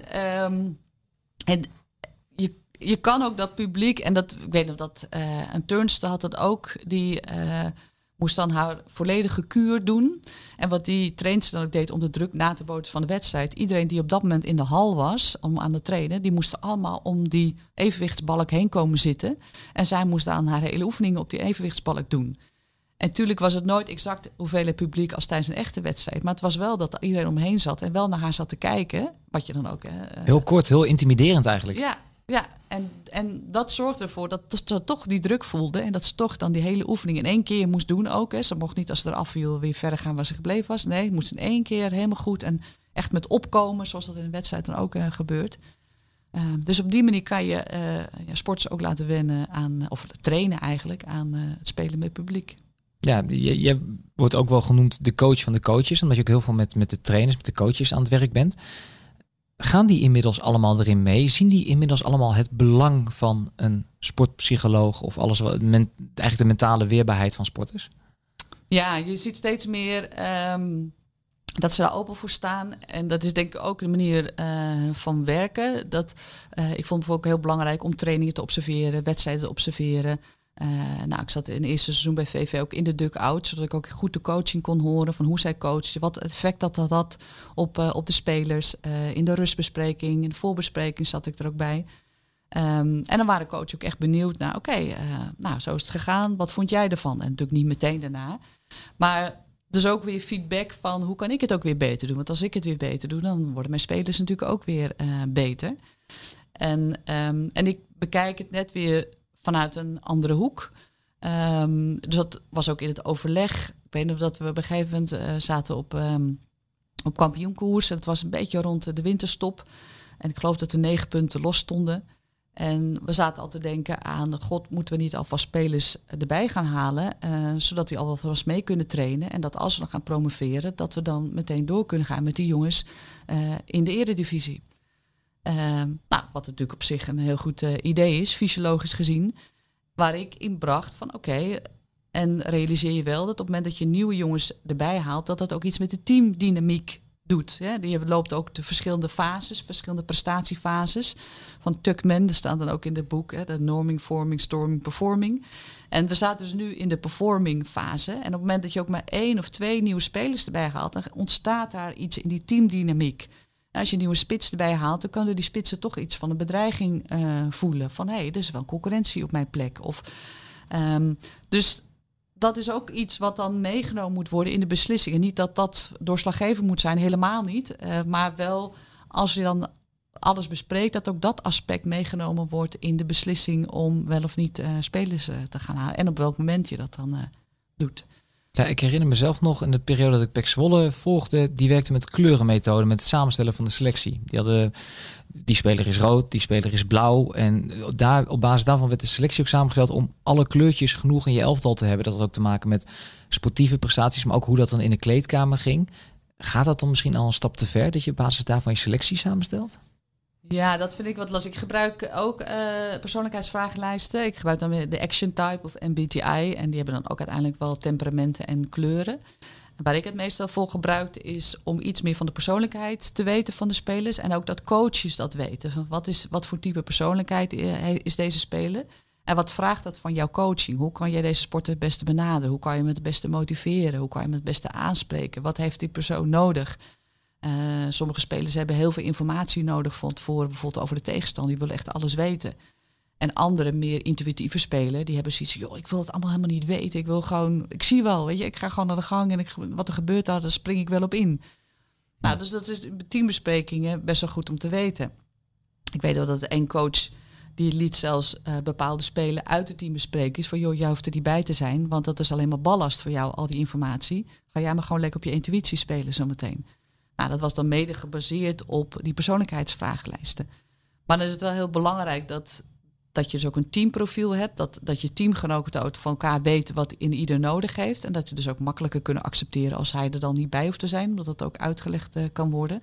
Speaker 5: je kan ook dat publiek, en dat, ik weet nog dat een turnster had dat ook, die moest dan haar volledige kuur doen. En wat die trainster dan ook deed om de druk na te bootsen van de wedstrijd. Iedereen die op dat moment in de hal was om aan het trainen, die moesten allemaal om die evenwichtsbalk heen komen zitten. En zij moest dan haar hele oefeningen op die evenwichtsbalk doen. En natuurlijk was het nooit exact hoeveel publiek als tijdens een echte wedstrijd. Maar het was wel dat iedereen omheen zat en wel naar haar zat te kijken. Wat je dan ook...
Speaker 4: heel kort, heel intimiderend eigenlijk.
Speaker 5: Ja. En dat zorgde ervoor dat ze toch die druk voelde. En dat ze toch dan die hele oefening in 1 keer moest doen ook. Hè. Ze mocht niet als ze eraf viel weer verder gaan waar ze gebleven was. Nee, het moest in 1 keer helemaal goed. En echt met opkomen, zoals dat in een wedstrijd dan ook gebeurt. Dus op die manier kan je sporters ook laten wennen aan... of trainen eigenlijk aan het spelen met publiek.
Speaker 4: Ja, je wordt ook wel genoemd de coach van de coaches. Omdat je ook heel veel met de trainers, met de coaches aan het werk bent. Gaan die inmiddels allemaal erin mee? Zien die inmiddels allemaal het belang van een sportpsycholoog of alles wat eigenlijk de mentale weerbaarheid van sporters?
Speaker 5: Ja, je ziet steeds meer dat ze daar open voor staan. En dat is denk ik ook de manier van werken. Ik vond het ook heel belangrijk om trainingen te observeren, wedstrijden te observeren. Ik zat in het eerste seizoen bij VV ook in de dugout, zodat ik ook goed de coaching kon horen van hoe zij coachen, wat het effect dat had op de spelers. In de rustbespreking, in de voorbespreking zat ik er ook bij. En dan waren coaches ook echt benieuwd naar, zo is het gegaan, wat vond jij ervan? En natuurlijk niet meteen daarna. Maar dus ook weer feedback van hoe kan ik het ook weer beter doen? Want als ik het weer beter doe, dan worden mijn spelers natuurlijk ook weer beter. En ik bekijk het net weer vanuit een andere hoek. Dus dat was ook in het overleg. Ik weet nog dat we op een gegeven moment zaten op kampioenkoers. En het was een beetje rond de winterstop. En ik geloof dat er 9 punten los stonden. En we zaten al te denken aan... God, moeten we niet alvast spelers erbij gaan halen... zodat die alvast mee kunnen trainen. En dat als we dan gaan promoveren... dat we dan meteen door kunnen gaan met die jongens in de eredivisie. Wat natuurlijk op zich een heel goed idee is, fysiologisch gezien. Waar ik in bracht van en realiseer je wel dat op het moment dat je nieuwe jongens erbij haalt... dat ook iets met de teamdynamiek doet. Hè? Die loopt ook de verschillende fases, verschillende prestatiefases. Van Tuckman, er staat dan ook in het boek, hè, de norming, forming, storming, performing. En we zaten dus nu in de performing fase. En op het moment dat je ook maar 1 of 2 nieuwe spelers erbij haalt... dan ontstaat daar iets in die teamdynamiek. En als je een nieuwe spits erbij haalt, dan kunnen die spitsen toch iets van een bedreiging voelen. Van er is wel concurrentie op mijn plek. Dus dat is ook iets wat dan meegenomen moet worden in de beslissingen. Niet dat dat doorslaggevend moet zijn, helemaal niet. Maar wel als je dan alles bespreekt, dat ook dat aspect meegenomen wordt in de beslissing om wel of niet spelers te gaan halen. En op welk moment je dat dan doet.
Speaker 4: Ja, ik herinner mezelf nog in de periode dat ik PEC Zwolle volgde, die werkte met kleurenmethoden, met het samenstellen van de selectie. Die speler is rood, die speler is blauw. En op basis daarvan werd de selectie ook samengesteld om alle kleurtjes genoeg in je elftal te hebben. Dat had ook te maken met sportieve prestaties, maar ook hoe dat dan in de kleedkamer ging. Gaat dat dan misschien al een stap te ver, dat je op basis daarvan je selectie samenstelt?
Speaker 5: Ja, dat vind ik wat lastig. Ik gebruik ook persoonlijkheidsvragenlijsten. Ik gebruik dan de Action Type of MBTI. En die hebben dan ook uiteindelijk wel temperamenten en kleuren. En waar ik het meestal voor gebruik is om iets meer van de persoonlijkheid te weten van de spelers. En ook dat coaches dat weten. Van wat voor type persoonlijkheid is deze speler? En wat vraagt dat van jouw coaching? Hoe kan jij deze sporter het beste benaderen? Hoe kan je hem het beste motiveren? Hoe kan je hem het beste aanspreken? Wat heeft die persoon nodig? Sommige spelers hebben heel veel informatie nodig van tevoren, bijvoorbeeld over de tegenstander. Die willen echt alles weten. En andere meer intuïtieve spelers, die hebben zoiets van, ik wil het allemaal helemaal niet weten. Ik zie wel, weet je, ik ga gewoon naar de gang en wat er gebeurt daar spring ik wel op in. Nou, dus dat is bij teambesprekingen best wel goed om te weten. Ik weet wel dat één coach, die liet zelfs bepaalde spelers uit de teambesprekings van, jij hoeft er niet bij te zijn, want dat is alleen maar ballast voor jou, al die informatie. Ga jij maar gewoon lekker op je intuïtie spelen zometeen. Nou, dat was dan mede gebaseerd op die persoonlijkheidsvragenlijsten. Maar dan is het wel heel belangrijk dat je dus ook een teamprofiel hebt. Dat je teamgenoten van elkaar weten wat in ieder nodig heeft. En dat je dus ook makkelijker kunnen accepteren als hij er dan niet bij hoeft te zijn. Omdat dat ook uitgelegd kan worden.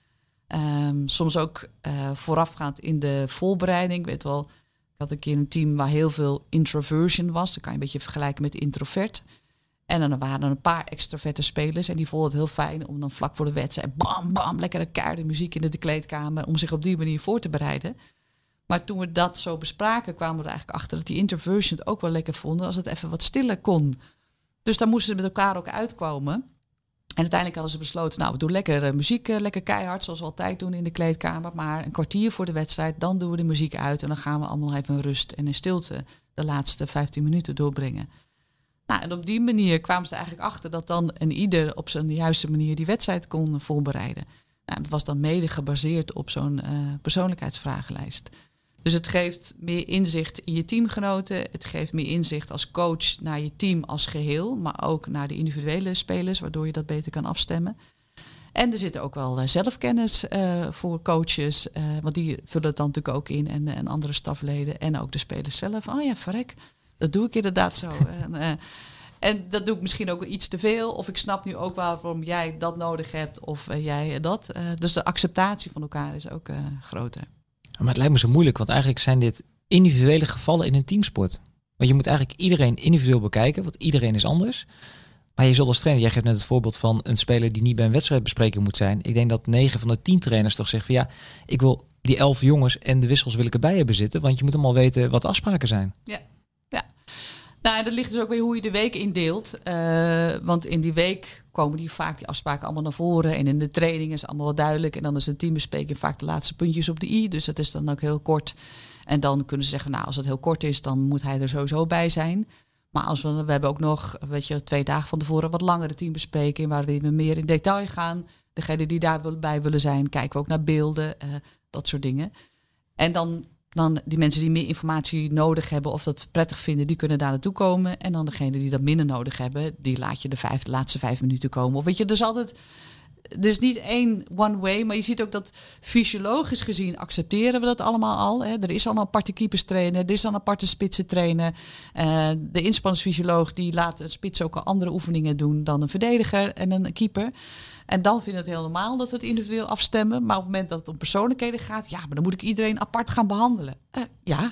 Speaker 5: Soms ook voorafgaand in de voorbereiding. Ik weet wel, ik had een keer een team waar heel veel introversion was. Dat kan je een beetje vergelijken met introvert. En dan waren er een paar extroverte spelers. En die vonden het heel fijn om dan vlak voor de wedstrijd, bam, bam, lekkere keiharde muziek in de kleedkamer. Om zich op die manier voor te bereiden. Maar toen we dat zo bespraken, kwamen we er eigenlijk achter dat die introversion het ook wel lekker vonden als het even wat stiller kon. Dus daar moesten ze met elkaar ook uitkomen. En uiteindelijk hadden ze besloten, we doen lekker muziek, lekker keihard, zoals we altijd doen in de kleedkamer. Maar een kwartier voor de wedstrijd, dan doen we de muziek uit. En dan gaan we allemaal even in rust en in stilte de laatste 15 minuten doorbrengen. Nou, en op die manier kwamen ze er eigenlijk achter dat dan een ieder op zijn juiste manier die wedstrijd kon voorbereiden. Nou, dat was dan mede gebaseerd op zo'n persoonlijkheidsvragenlijst. Dus het geeft meer inzicht in je teamgenoten. Het geeft meer inzicht als coach naar je team als geheel. Maar ook naar de individuele spelers, waardoor je dat beter kan afstemmen. En er zit ook wel zelfkennis voor coaches. Want die vullen het dan natuurlijk ook in. En andere stafleden en ook de spelers zelf. Oh ja, verrek, dat doe ik inderdaad zo. En dat doe ik misschien ook iets te veel. Of ik snap nu ook waarom jij dat nodig hebt. Of jij dat. Dus de acceptatie van elkaar is ook groter.
Speaker 4: Maar het lijkt me zo moeilijk. Want eigenlijk zijn dit individuele gevallen in een teamsport. Want je moet eigenlijk iedereen individueel bekijken. Want iedereen is anders. Maar je zult als trainer, jij geeft net het voorbeeld van een speler die niet bij een wedstrijdbespreking moet zijn. Ik denk dat 9 van de 10 trainers toch zeggen van ja, ik wil die 11 jongens en de wissels wil ik erbij hebben zitten. Want je moet allemaal weten wat de afspraken zijn.
Speaker 5: Ja. Nou, dat ligt dus ook weer hoe je de week indeelt. Want in die week komen die afspraken allemaal naar voren. En in de training is het allemaal wel duidelijk. En dan is een teambespreking vaak de laatste puntjes op de i. Dus dat is dan ook heel kort. En dan kunnen ze zeggen, nou, als het heel kort is, dan moet hij er sowieso bij zijn. Maar als we hebben ook nog, 2 dagen van tevoren wat langere teambespreking, waar we meer in detail gaan. Degene die daarbij willen zijn, kijken we ook naar beelden, dat soort dingen. En dan die mensen die meer informatie nodig hebben of dat prettig vinden, die kunnen daar naartoe komen. En dan degene die dat minder nodig hebben, die laat je de laatste 5 minuten komen. Of weet je, er is niet één one way, maar je ziet ook dat fysiologisch gezien accepteren we dat allemaal al. Hè. Er is al een aparte keeperstrainer, er is al een aparte spitsentrainer. De inspanningsfysioloog die laat een spits ook al andere oefeningen doen dan een verdediger en een keeper. En dan vind ik het heel normaal dat we het individueel afstemmen. Maar op het moment dat het om persoonlijkheden gaat, ja, maar dan moet ik iedereen apart gaan behandelen. Ja.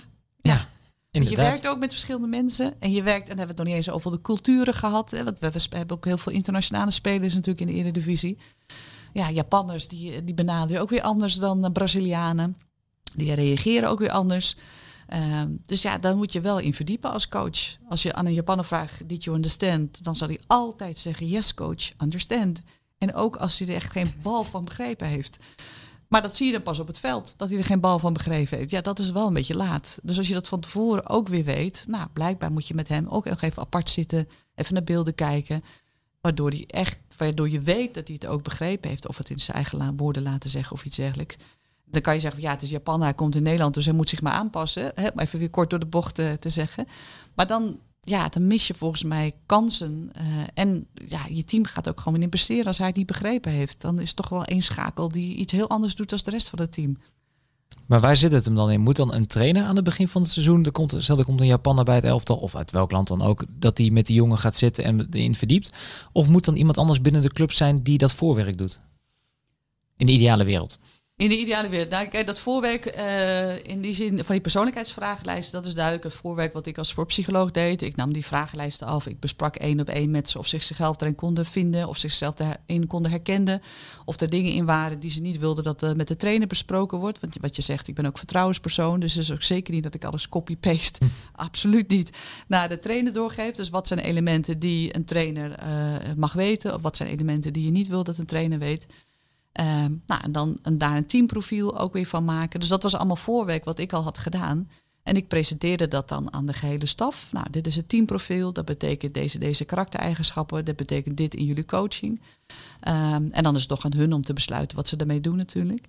Speaker 5: Want je werkt ook met verschillende mensen. En je werkt, en dan hebben we het nog niet eens over de culturen gehad. Hè, want we hebben ook heel veel internationale spelers natuurlijk in de Eredivisie. Ja, Japanners die benaderen ook weer anders dan Brazilianen. Die reageren ook weer anders. Dus ja, daar moet je wel in verdiepen als coach. Als je aan een Japaner vraagt, did you understand? Dan zal hij altijd zeggen, yes coach, understand. En ook als hij er echt geen bal van begrepen heeft. Maar dat zie je dan pas op het veld, dat hij er geen bal van begrepen heeft. Ja, dat is wel een beetje laat. Dus als je dat van tevoren ook weer weet, nou, blijkbaar moet je met hem ook nog even apart zitten, even naar beelden kijken, waardoor je weet dat hij het ook begrepen heeft, of het in zijn eigen woorden laten zeggen of iets dergelijks. Dan kan je zeggen, ja, het is Japan, hij komt in Nederland, dus hij moet zich maar aanpassen. Hè, om even weer kort door de bocht te zeggen. Maar dan mis je volgens mij kansen. En je team gaat ook gewoon in presteren als hij het niet begrepen heeft. Dan is het toch wel één schakel die iets heel anders doet dan de rest van het team.
Speaker 4: Maar waar zit het hem dan in? Moet dan een trainer aan het begin van het seizoen, er komt een Japaner bij het elftal, of uit welk land dan ook, dat hij met die jongen gaat zitten en erin verdiept? Of moet dan iemand anders binnen de club zijn die dat voorwerk doet? In de ideale wereld.
Speaker 5: In de ideale wereld. Nou, kijk, dat voorwerk in die zin van die persoonlijkheidsvragenlijst, dat is duidelijk het voorwerk wat ik als sportpsycholoog deed. Ik nam die vragenlijsten af. Ik besprak 1-op-1 met ze of ze zichzelf erin konden vinden, of zichzelf erin konden herkennen. Of er dingen in waren die ze niet wilden dat met de trainer besproken wordt. Want wat je zegt, ik ben ook vertrouwenspersoon. Dus het is ook zeker niet dat ik alles copy-paste. Absoluut niet. Naar de trainer doorgeef. Dus wat zijn elementen die een trainer mag weten? Of wat zijn elementen die je niet wil dat een trainer weet? En dan daar een teamprofiel ook weer van maken. Dus dat was allemaal voorwerk wat ik al had gedaan. En ik presenteerde dat dan aan de gehele staf. Nou, dit is het teamprofiel. Dat betekent deze karaktereigenschappen. Dat betekent dit in jullie coaching. En dan is het toch aan hun om te besluiten wat ze ermee doen natuurlijk.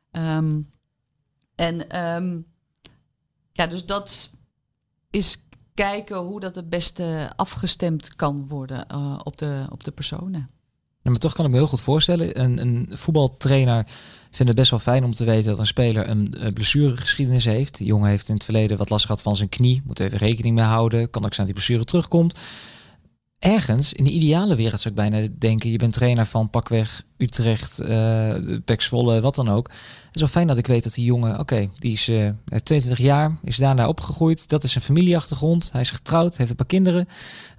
Speaker 5: Dus dat is kijken hoe dat het beste afgestemd kan worden op de personen.
Speaker 4: Ja, maar toch kan ik me heel goed voorstellen. Een voetbaltrainer vindt het best wel fijn om te weten dat een speler een blessuregeschiedenis heeft. De jongen heeft in het verleden wat last gehad van zijn knie. Moet even rekening mee houden. Kan ook zijn dat die blessure terugkomt. Ergens, in de ideale wereld zou ik bijna denken, je bent trainer van pakweg Utrecht, PEC Zwolle, wat dan ook. Het is wel fijn dat ik weet dat die jongen, die is 22 jaar, is daarna opgegroeid. Dat is zijn familieachtergrond. Hij is getrouwd, heeft een paar kinderen.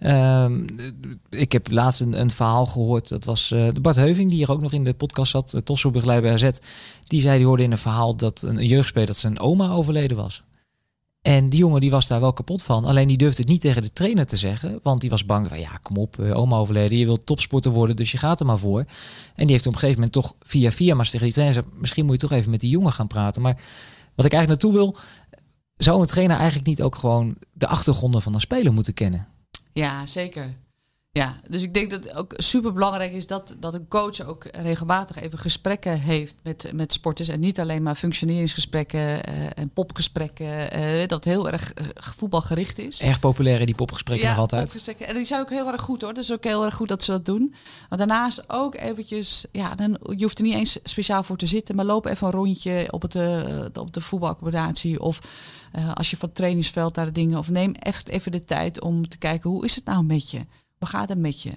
Speaker 4: Ik heb laatst een verhaal gehoord. Dat was de Bart Heuving, die hier ook nog in de podcast zat, topsportbegeleider bij AZ. Die hoorde in een verhaal dat een jeugdspeler, dat zijn oma overleden was. En die jongen die was daar wel kapot van. Alleen die durfde het niet tegen de trainer te zeggen. Want die was bang van, kom op, oma overleden. Je wilt topsporter worden, dus je gaat er maar voor. En die heeft op een gegeven moment toch via maar tegen die trainer gezegd, misschien moet je toch even met die jongen gaan praten. Maar wat ik eigenlijk naartoe wil, zou een trainer eigenlijk niet ook gewoon de achtergronden van een speler moeten kennen?
Speaker 5: Ja, zeker. Ja, dus ik denk dat het ook super belangrijk is dat een coach ook regelmatig even gesprekken heeft met sporters. En niet alleen maar functioneringsgesprekken en popgesprekken. Dat heel erg voetbalgericht is.
Speaker 4: Erg populair in die popgesprekken nog altijd.
Speaker 5: Popgesprekken. En die zijn ook heel erg goed hoor. Dus ook heel erg goed dat ze dat doen. Maar daarnaast ook eventjes, je hoeft er niet eens speciaal voor te zitten. Maar loop even een rondje op de voetbalaccommodatie. Of als je van het trainingsveld naar de dingen. Of neem echt even de tijd om te kijken, hoe is het nou met je? Hoe gaat het met je?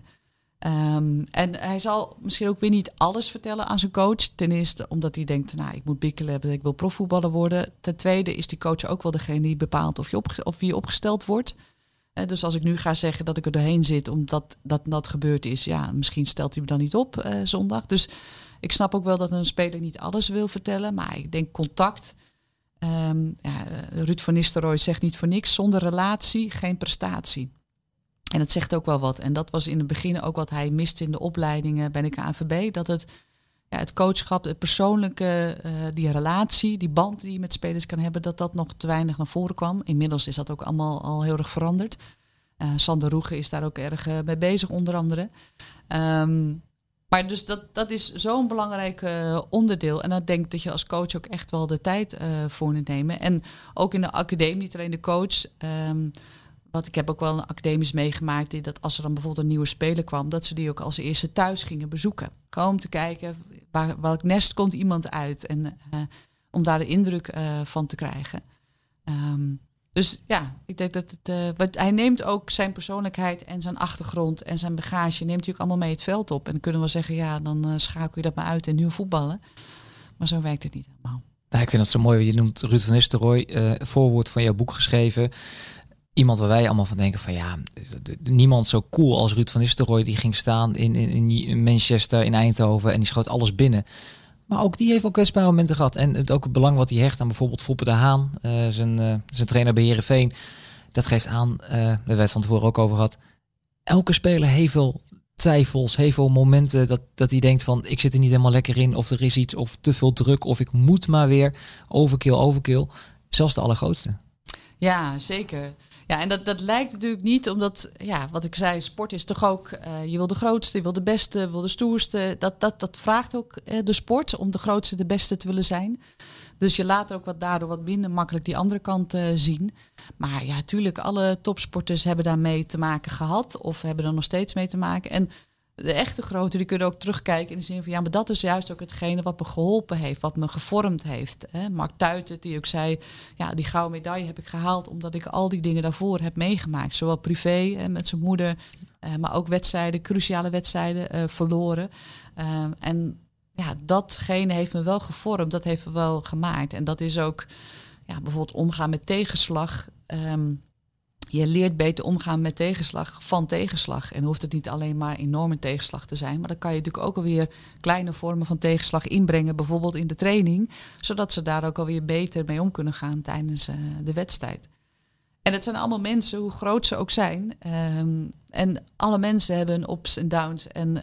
Speaker 5: En hij zal misschien ook weer niet alles vertellen aan zijn coach. Ten eerste omdat hij denkt, ik moet bikkelen hebben, ik wil profvoetballer worden. Ten tweede is die coach ook wel degene die bepaalt of wie opgesteld wordt. Dus als ik nu ga zeggen dat ik er doorheen zit omdat dat gebeurd is, misschien stelt hij me dan niet op zondag. Dus ik snap ook wel dat een speler niet alles wil vertellen. Maar ik denk contact. Ruud van Nistelrooy zegt niet voor niks, zonder relatie geen prestatie. En dat zegt ook wel wat. En dat was in het begin ook wat hij miste in de opleidingen bij de KNVB. Dat het coachschap, het persoonlijke, die relatie, die band die je met spelers kan hebben, dat nog te weinig naar voren kwam. Inmiddels is dat ook allemaal al heel erg veranderd. Sander Roege is daar ook erg mee bezig, onder andere. Maar dus dat is zo'n belangrijk onderdeel. En dan denk ik dat je als coach ook echt wel de tijd voor moet nemen. En ook in de academie, niet alleen de coach. Want ik heb ook wel een academisch meegemaakt dat als er dan bijvoorbeeld een nieuwe speler kwam, dat ze die ook als eerste thuis gingen bezoeken. Gewoon om te kijken welk nest komt iemand uit en om daar de indruk van te krijgen. Dus ik denk dat hij neemt ook zijn persoonlijkheid en zijn achtergrond en zijn bagage neemt hij ook allemaal mee het veld op. En dan kunnen we zeggen, dan schakel je dat maar uit en nu voetballen. Maar zo werkt het niet helemaal.
Speaker 4: Nou, ik vind het zo mooi. Je noemt Ruud van Nistelrooy, voorwoord van jouw boek geschreven. Iemand waar wij allemaal van denken van niemand zo cool als Ruud van Nistelrooy. Die ging staan in Manchester, in Eindhoven en die schoot alles binnen. Maar ook die heeft ook kwetsbare momenten gehad. En ook het belang wat hij hecht aan bijvoorbeeld Foppe de Haan, zijn trainer bij Heerenveen. Dat geeft aan, daar werd het van tevoren ook over gehad. Elke speler heeft wel twijfels, heeft wel momenten dat hij denkt van ik zit er niet helemaal lekker in. Of er is iets, of te veel druk, of ik moet maar weer. Overkill. Zelfs de allergrootste. Ja,
Speaker 5: zeker. Ja, en dat lijkt natuurlijk niet, omdat, wat ik zei, sport is toch ook, je wil de grootste, je wil de beste, je wil de stoerste. Dat vraagt ook de sport om de grootste, de beste te willen zijn. Dus je laat er ook daardoor wat minder makkelijk die andere kant zien. Maar ja, natuurlijk, alle topsporters hebben daarmee te maken gehad of hebben er nog steeds mee te maken. En de echte grote, die kunnen ook terugkijken in de zin van maar dat is juist ook hetgene wat me geholpen heeft, wat me gevormd heeft. Mark Tuitert die ook zei, die gouden medaille heb ik gehaald omdat ik al die dingen daarvoor heb meegemaakt. Zowel privé met zijn moeder, maar ook wedstrijden, cruciale wedstrijden verloren. En datgene heeft me wel gevormd, dat heeft me wel gemaakt. En dat is ook bijvoorbeeld omgaan met tegenslag. Je leert beter omgaan met tegenslag. En hoeft het niet alleen maar enorme tegenslag te zijn. Maar dan kan je natuurlijk ook alweer kleine vormen van tegenslag inbrengen. Bijvoorbeeld in de training. Zodat ze daar ook alweer beter mee om kunnen gaan tijdens de wedstrijd. En het zijn allemaal mensen, hoe groot ze ook zijn. En alle mensen hebben ups en downs. En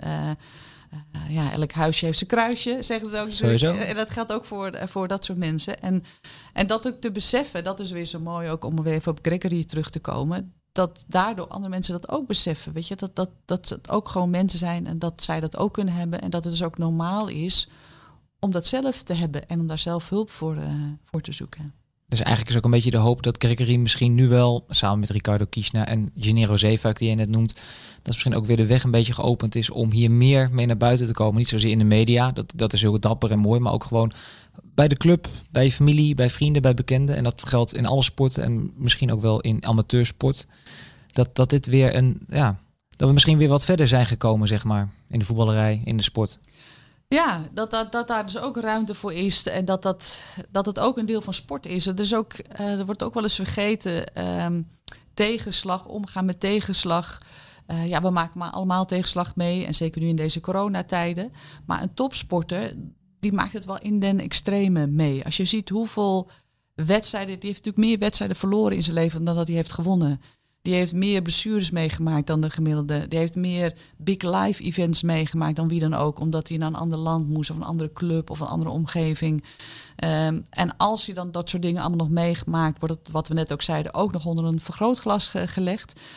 Speaker 5: elk huisje heeft zijn kruisje, zeggen ze ook.
Speaker 4: Sowieso.
Speaker 5: En dat geldt ook voor dat soort mensen. En dat ook te beseffen, dat is weer zo mooi ook om weer even op Gregory terug te komen. Dat daardoor andere mensen dat ook beseffen. Weet je, dat het ook gewoon mensen zijn en dat zij dat ook kunnen hebben. En dat het dus ook normaal is om dat zelf te hebben en om daar zelf hulp voor te zoeken.
Speaker 4: Dus eigenlijk is ook een beetje de hoop dat Gregory misschien nu wel, samen met Ricardo Kiesna en Gennaro Zeefuik die je net noemt, dat misschien ook weer de weg een beetje geopend is om hier meer mee naar buiten te komen. Niet zozeer in de media, dat is heel dapper en mooi, maar ook gewoon bij de club, bij je familie, bij vrienden, bij bekenden. En dat geldt in alle sporten en misschien ook wel in amateursport. Dat dit weer dat we misschien weer wat verder zijn gekomen, zeg maar, in de voetballerij, in de sport.
Speaker 5: Ja, dat daar dus ook ruimte voor is en dat het ook een deel van sport is. Er wordt ook wel eens vergeten, tegenslag, omgaan met tegenslag. We maken maar allemaal tegenslag mee en zeker nu in deze coronatijden. Maar een topsporter, die maakt het wel in den extreme mee. Als je ziet hoeveel wedstrijden, die heeft natuurlijk meer wedstrijden verloren in zijn leven dan dat hij heeft gewonnen. Die heeft meer blessures meegemaakt dan de gemiddelde. Die heeft meer big life events meegemaakt dan wie dan ook. Omdat hij naar een ander land moest of een andere club of een andere omgeving. En als hij dan dat soort dingen allemaal nog meegemaakt, wordt het, wat we net ook zeiden, ook nog onder een vergrootglas gelegd.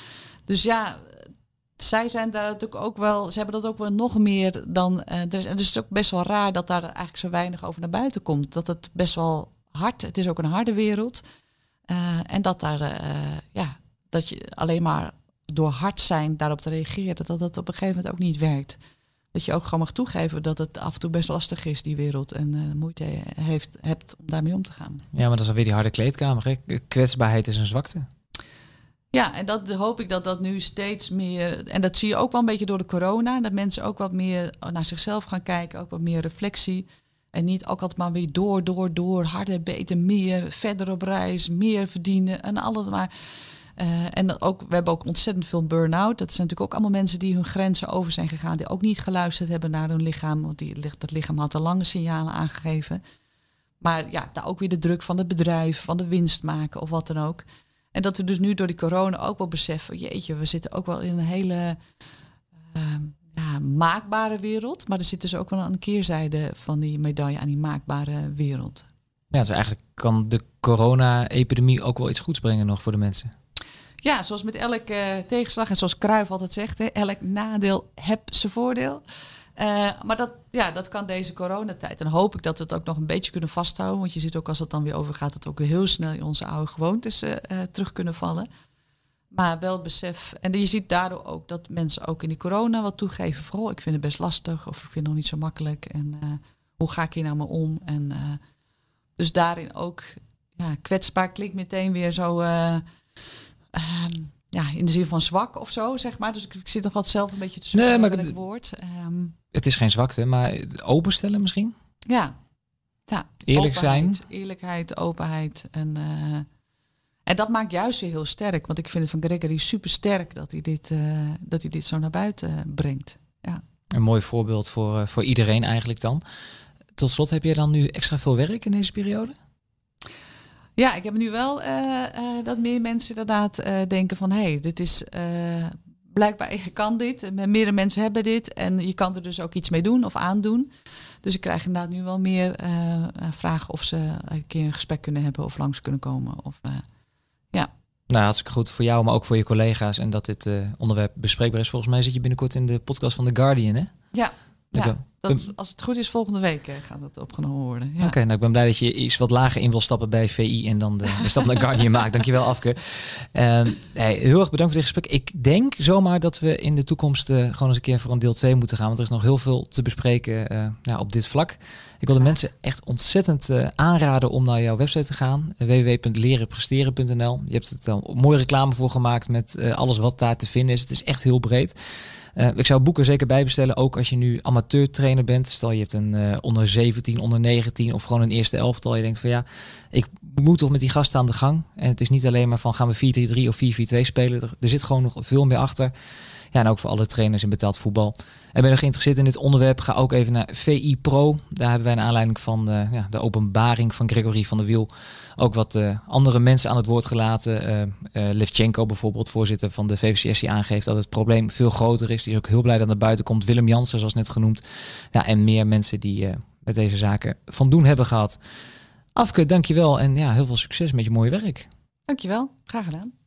Speaker 5: Dus ja, zij zijn daar natuurlijk ook wel. Ze hebben dat ook wel nog meer dan. En dus het is ook best wel raar dat daar eigenlijk zo weinig over naar buiten komt. Dat het best wel hard. Het is ook een harde wereld. En dat daar. Dat je alleen maar door hard zijn daarop te reageren. Dat op een gegeven moment ook niet werkt. Dat je ook gewoon mag toegeven dat het af en toe best lastig is, die wereld. En moeite hebt om daarmee om te gaan.
Speaker 4: Ja, maar dat is alweer die harde kleedkamer. Hè? Kwetsbaarheid is een zwakte.
Speaker 5: Ja, en dat hoop ik dat nu steeds meer... En dat zie je ook wel een beetje door de corona. Dat mensen ook wat meer naar zichzelf gaan kijken. Ook wat meer reflectie. En niet ook altijd maar weer door. Harder, beter, meer. Verder op reis. Meer verdienen. En alles maar... En dat ook, we hebben ook ontzettend veel burn-out. Dat zijn natuurlijk ook allemaal mensen die hun grenzen over zijn gegaan. Die ook niet geluisterd hebben naar hun lichaam. Want dat lichaam had al lange signalen aangegeven. Maar ja, daar ook weer de druk van het bedrijf. Van de winst maken of wat dan ook. En dat we dus nu door die corona ook wel beseffen... jeetje, we zitten ook wel in een hele maakbare wereld. Maar er zit dus ook wel een keerzijde van die medaille aan die maakbare wereld.
Speaker 4: Ja, dus eigenlijk kan de corona-epidemie ook wel iets goeds brengen nog voor de mensen.
Speaker 5: Ja, zoals met elke tegenslag en zoals Cruijff altijd zegt... Hè, elk nadeel heb zijn voordeel. Maar dat kan deze coronatijd. En hoop ik dat we het ook nog een beetje kunnen vasthouden. Want je ziet ook als het dan weer overgaat... dat we ook weer heel snel in onze oude gewoontes terug kunnen vallen. Maar wel het besef... En je ziet daardoor ook dat mensen ook in die corona wat toegeven. Vooral, ik vind het best lastig of ik vind het nog niet zo makkelijk. En hoe ga ik hier nou mee om? En dus daarin ook... Ja, kwetsbaar klinkt meteen weer zo... in de zin van zwak of zo, zeg maar. Dus ik zit nog altijd zelf een beetje te zoeken naar het woord.
Speaker 4: Het is geen zwakte, maar openstellen misschien?
Speaker 5: Ja.
Speaker 4: Eerlijk zijn.
Speaker 5: Eerlijkheid, openheid. En dat maakt juist weer heel sterk. Want ik vind het van Gregory super sterk dat hij dit zo naar buiten brengt. Ja.
Speaker 4: Een mooi voorbeeld voor iedereen eigenlijk dan. Tot slot, heb jij dan nu extra veel werk in deze periode?
Speaker 5: Ja, ik heb nu wel dat meer mensen inderdaad denken van... dit is blijkbaar, je kan dit. Meerdere mensen hebben dit. En je kan er dus ook iets mee doen of aandoen. Dus ik krijg inderdaad nu wel meer vragen of ze een keer een gesprek kunnen hebben... of langs kunnen komen.
Speaker 4: Nou, hartstikke goed voor jou, maar ook voor je collega's. En dat dit onderwerp bespreekbaar is. Volgens mij zit je binnenkort in de podcast van The Guardian, hè?
Speaker 5: Ja. Als het goed is, volgende week gaat dat opgenomen worden. Ja.
Speaker 4: Oké, nou ik ben blij dat je iets wat lager in wil stappen bij VI en dan de stap naar Guardian maakt. Dankjewel, Afke. Heel erg bedankt voor dit gesprek. Ik denk zomaar dat we in de toekomst gewoon eens een keer voor een deel 2 moeten gaan. Want er is nog heel veel te bespreken op dit vlak. Ik wil de mensen echt ontzettend aanraden om naar jouw website te gaan. www.lerenpresteren.nl. Je hebt het al mooie reclame voor gemaakt met alles wat daar te vinden is. Het is echt heel breed. Ik zou boeken zeker bijbestellen, ook als je nu amateurtrainer bent. Stel je hebt een onder 17, onder 19 of gewoon een eerste elftal. Je denkt van ja, ik moet toch met die gasten aan de gang. En het is niet alleen maar van gaan we 4-3-3 of 4-4-2 spelen. Er zit gewoon nog veel meer achter. Ja, en ook voor alle trainers in betaald voetbal. En ben je geïnteresseerd in dit onderwerp, ga ook even naar VI Pro. Daar hebben wij naar aanleiding van de openbaring van Gregory van der Wiel ook wat andere mensen aan het woord gelaten. Levchenko bijvoorbeeld, voorzitter van de VVCS, die aangeeft dat het probleem veel groter is. Die is ook heel blij dat naar buiten komt. Willem Jansen, zoals net genoemd. Ja, en meer mensen die met deze zaken van doen hebben gehad. Afke, dankjewel en heel veel succes met je mooie werk.
Speaker 5: Dankjewel, graag gedaan.